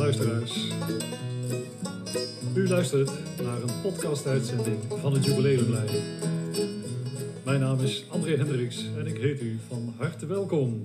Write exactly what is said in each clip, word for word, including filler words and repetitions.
luisteraars. U luistert naar een podcast-uitzending van het Jubileumplein. Mijn naam is André Hendricks en ik heet u van harte welkom.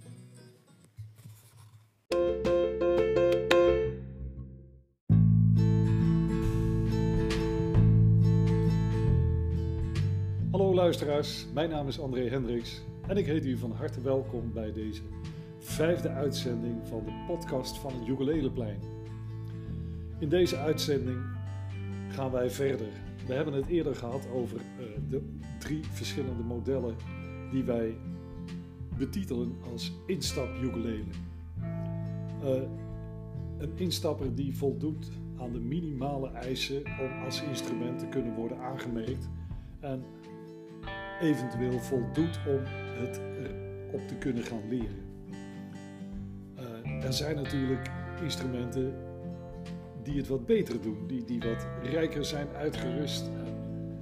Hallo luisteraars, mijn naam is André Hendricks en ik heet u van harte welkom bij deze vijfde uitzending van de podcast van het Jubileeumplein. In deze uitzending gaan wij verder. We hebben het eerder gehad over uh, de drie verschillende modellen die wij betitelen als instap-ukulele. Uh, een instapper die voldoet aan de minimale eisen om als instrument te kunnen worden aangemerkt en eventueel voldoet om het erop te kunnen gaan leren. Uh, er zijn natuurlijk instrumenten die het wat beter doen, die, die wat rijker zijn uitgerust. Uh,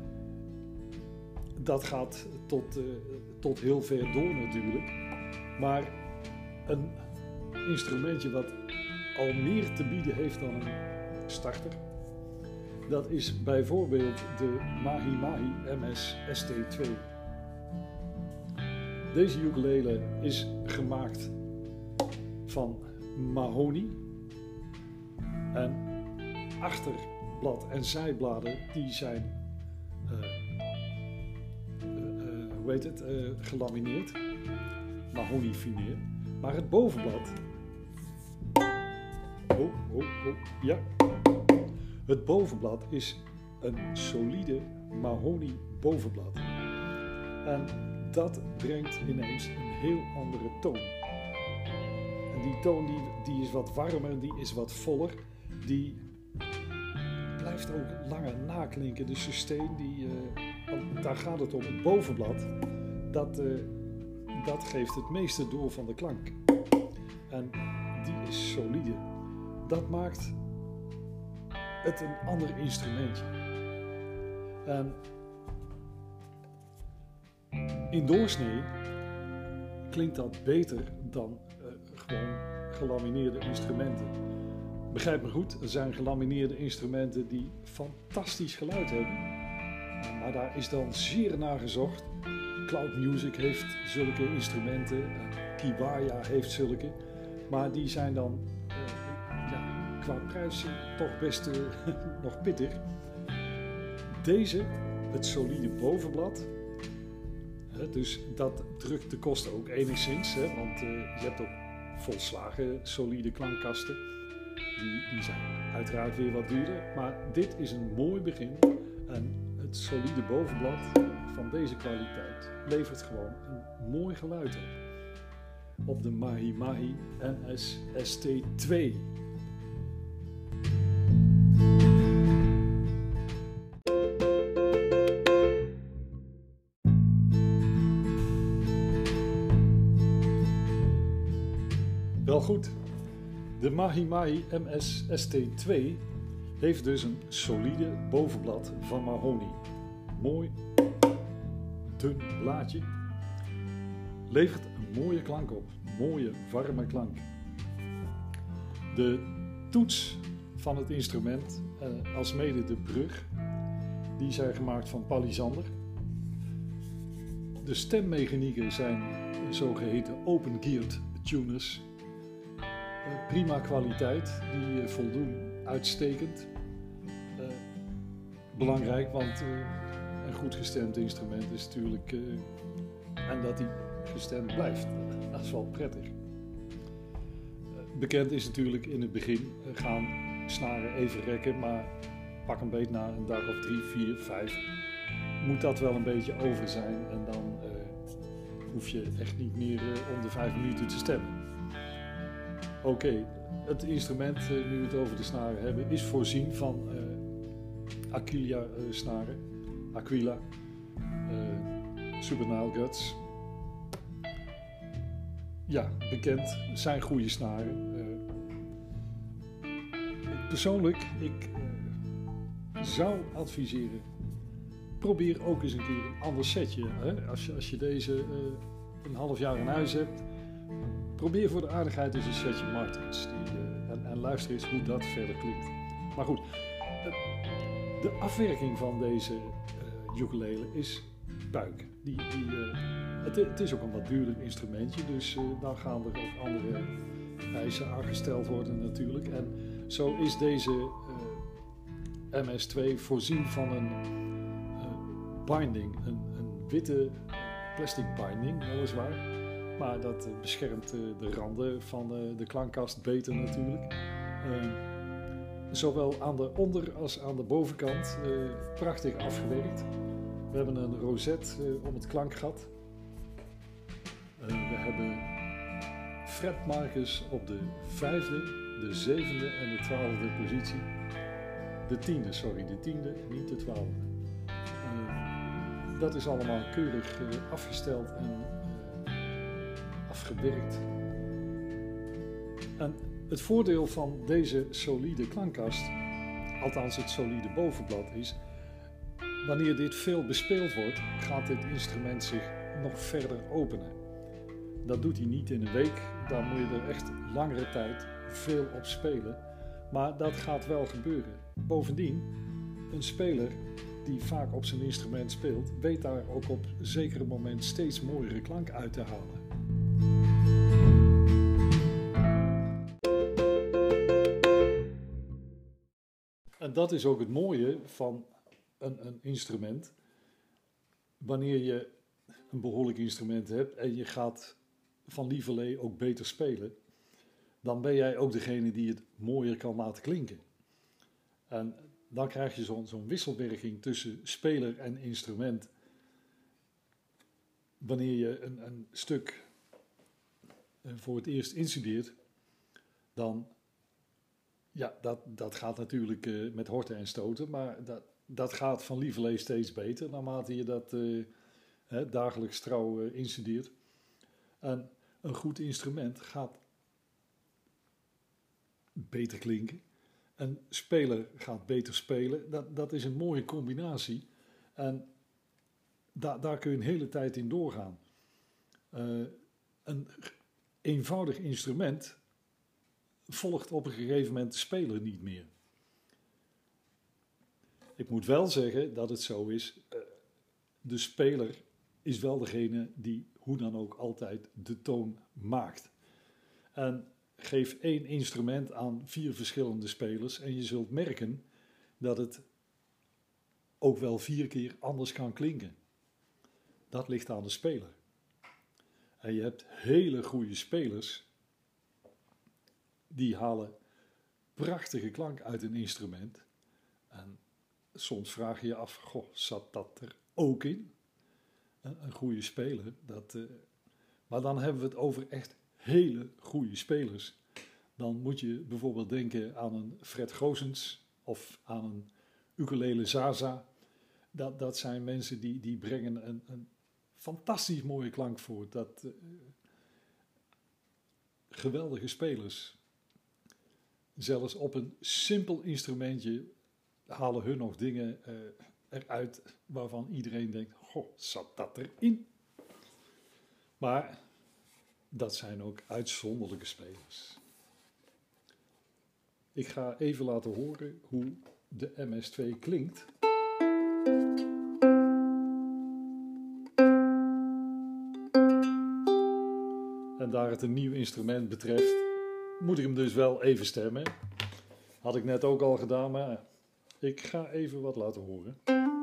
dat gaat tot, uh, tot heel ver door natuurlijk. Maar een instrumentje wat al meer te bieden heeft dan een starter, dat is bijvoorbeeld de Mahi Mahi M S S T twee. Deze ukulele is gemaakt van mahonie en achterblad en zijbladen die zijn uh, uh, uh, hoe heet het, uh, gelamineerd, mahonie fineer, maar het bovenblad, oh, oh, oh, ja, het bovenblad is een solide mahonie bovenblad en dat brengt ineens een heel andere toon. En die toon die, die is wat warmer, die is wat voller, die blijft ook langer naklinken. De sustain, die, uh, daar gaat het om. Het bovenblad, dat, uh, dat geeft het meeste door van de klank. En die is solide. Dat maakt het een ander instrumentje. En in doorsnee klinkt dat beter dan uh, gewoon gelamineerde instrumenten. Begrijp me goed, er zijn gelamineerde instrumenten die fantastisch geluid hebben. Maar daar is dan zeer naar gezocht. Cloud Music heeft zulke instrumenten, uh, Kiwaya heeft zulke. Maar die zijn dan uh, ja, qua prijs toch best uh, nog pittig. Deze, het solide bovenblad. Dus dat drukt de kosten ook enigszins, hè, want uh, je hebt ook volslagen solide klankkasten. Die, die zijn uiteraard weer wat duurder, maar dit is een mooi begin. En het solide bovenblad van deze kwaliteit levert gewoon een mooi geluid op. Op de Mahi Mahi M S S T twee. Wel goed, de Mahi Mahi M S S T twee heeft dus een solide bovenblad van mahonie. Mooi, dun blaadje. Levert een mooie klank op, mooie warme klank. De toets van het instrument, eh, alsmede de brug, die zijn gemaakt van palisander. De stemmechanieken zijn zogeheten open-geared tuners. Prima kwaliteit, die uh, voldoen uitstekend. Uh, belangrijk, want uh, een goed gestemd instrument is natuurlijk, uh, en dat die gestemd blijft, dat is wel prettig. Uh, bekend is natuurlijk in het begin uh, gaan snaren even rekken, maar pak een beet na een dag of drie, vier, vijf, moet dat wel een beetje over zijn en dan uh, hoef je echt niet meer uh, om de vijf minuten te stemmen. Oké, okay, het instrument, nu we het over de snaren hebben, is voorzien van uh, Aquila uh, snaren, Aquila, uh, Super Nile Guts. Ja, bekend, zijn goede snaren. Uh, persoonlijk, ik uh, zou adviseren, probeer ook eens een keer een ander setje. Hè? Als je, als je deze uh, een half jaar in huis hebt, probeer voor de aardigheid eens een setje Martins. Die, uh, en, en en luister eens hoe dat verder klinkt. Maar goed, de afwerking van deze uh, ukulele is puik. Die, die, uh, het, het is ook een wat duurder instrumentje, dus uh, dan gaan er ook andere eisen aangesteld worden natuurlijk. En zo is deze uh, M S twee voorzien van een uh, binding, een, een witte plastic binding weliswaar. Maar dat uh, beschermt uh, de randen van uh, de klankkast beter natuurlijk. Uh, zowel aan de onder- als aan de bovenkant uh, prachtig afgewerkt. We hebben een roset uh, om het klankgat. Uh, we hebben fretmarkers op de vijfde, de zevende en de twaalfde positie. De tiende, sorry, de tiende, niet de twaalfde. Uh, dat is allemaal keurig uh, afgesteld en uh, afgewerkt. En het voordeel van deze solide klankkast, althans het solide bovenblad, is wanneer dit veel bespeeld wordt, gaat dit instrument zich nog verder openen. Dat doet hij niet in een week, dan moet je er echt langere tijd veel op spelen. Maar dat gaat wel gebeuren. Bovendien, een speler die vaak op zijn instrument speelt, weet daar ook op een zeker moment steeds mooiere klank uit te halen. En dat is ook het mooie van een, een instrument. Wanneer je een behoorlijk instrument hebt en je gaat van lieverlee ook beter spelen, dan ben jij ook degene die het mooier kan laten klinken. En dan krijg je zo'n zo'n wisselwerking tussen speler en instrument. Wanneer je een, een stuk voor het eerst instudeert, dan, ja, dat, dat gaat natuurlijk uh, met horten en stoten, maar dat, dat gaat van lieverlee steeds beter naarmate je dat uh, hè, dagelijks trouw uh, instudeert. En een goed instrument gaat beter klinken. Een speler gaat beter spelen. Dat, dat is een mooie combinatie. En da, daar kun je een hele tijd in doorgaan. Uh, een eenvoudig instrument volgt op een gegeven moment de speler niet meer. Ik moet wel zeggen dat het zo is. Uh, de speler is wel degene die hoe dan ook altijd de toon maakt. En geef één instrument aan vier verschillende spelers en je zult merken dat het ook wel vier keer anders kan klinken. Dat ligt aan de speler. En je hebt hele goede spelers die halen prachtige klank uit een instrument. En soms vraag je je af, goh, zat dat er ook in? Een, een goede speler, dat... Uh, maar dan hebben we het over echt hele goede spelers. Dan moet je bijvoorbeeld denken aan een Fred Goossens of aan een Ukulele Zaza. Dat, dat zijn mensen die, die brengen een, een fantastisch mooie klank voort. Dat, uh, geweldige spelers. Zelfs op een simpel instrumentje halen hun nog dingen uh, eruit waarvan iedereen denkt, goh, zat dat erin? Maar dat zijn ook uitzonderlijke spelers. Ik ga even laten horen hoe de M S twee klinkt. En daar het een nieuw instrument betreft, moet ik hem dus wel even stemmen. Had ik net ook al gedaan, maar ik ga even wat laten horen.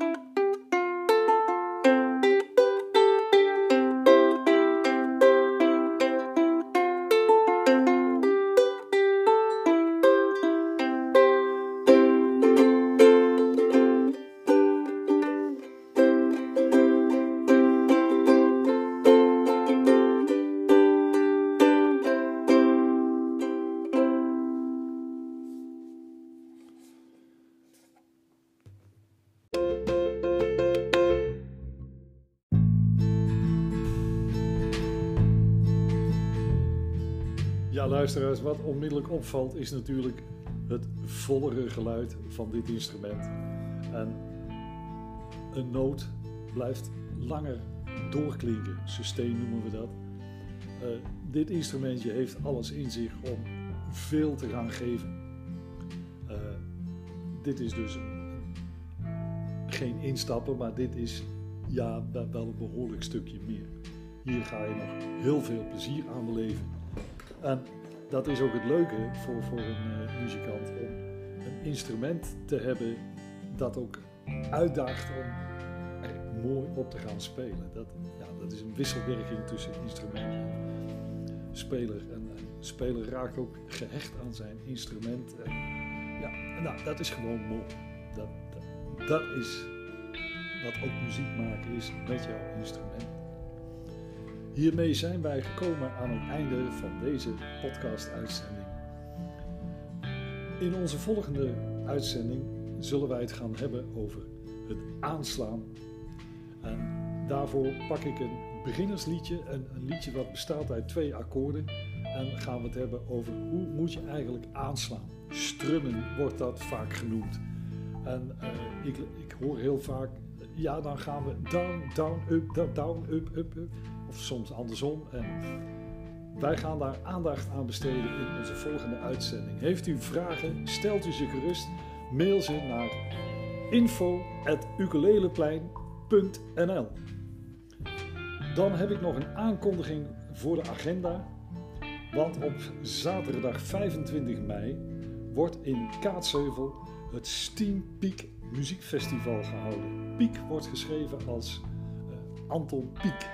Ja, luisteraars, wat onmiddellijk opvalt is natuurlijk het vollere geluid van dit instrument. En een noot blijft langer doorklinken, sustain noemen we dat. Uh, dit instrumentje heeft alles in zich om veel te gaan geven. Uh, dit is dus een, geen instappen, maar dit is ja, wel een behoorlijk stukje meer. Hier ga je nog heel veel plezier aan beleven. En dat is ook het leuke voor, voor een uh, muzikant om een instrument te hebben dat ook uitdaagt om er mooi op te gaan spelen. Dat, ja, dat is een wisselwerking tussen instrument en speler. En een speler raakt ook gehecht aan zijn instrument. En ja, nou, dat is gewoon mooi. Dat, dat, dat is wat ook muziek maken is met jouw instrument. Hiermee zijn wij gekomen aan het einde van deze podcast-uitzending. In onze volgende uitzending zullen wij het gaan hebben over het aanslaan. En daarvoor pak ik een beginnersliedje, een, een liedje wat bestaat uit twee akkoorden. En gaan we het hebben over hoe moet je eigenlijk aanslaan. Strummen wordt dat vaak genoemd. En uh, ik, ik hoor heel vaak, ja dan gaan we down, down, up, down, up, up, up. Of soms andersom. En wij gaan daar aandacht aan besteden in onze volgende uitzending. Heeft u vragen, stelt u ze gerust. Mail ze naar info at ukuleleplein punt n l. Dan heb ik nog een aankondiging voor de agenda. Want op zaterdag vijfentwintig mei wordt in Kaatsheuvel het Steam Peak Muziekfestival gehouden. Piek wordt geschreven als uh, Anton Pieck.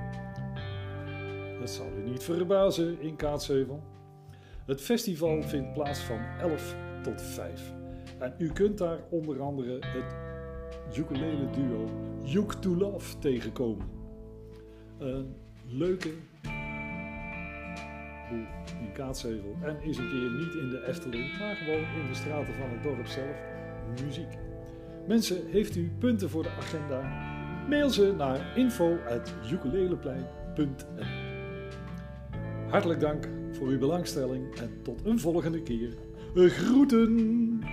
Dat zal u niet verbazen in Kaatsheuvel. Het festival vindt plaats van elf tot vijf. En u kunt daar onder andere het ukulele duo Uke to Love tegenkomen. Een leuke boel in Kaatsheuvel. En is een keer niet in de Efteling, maar gewoon in de straten van het dorp zelf muziek. Mensen, heeft u punten voor de agenda? Mail ze naar info at ukuleleplein punt n l. Hartelijk dank voor uw belangstelling en tot een volgende keer. Groeten!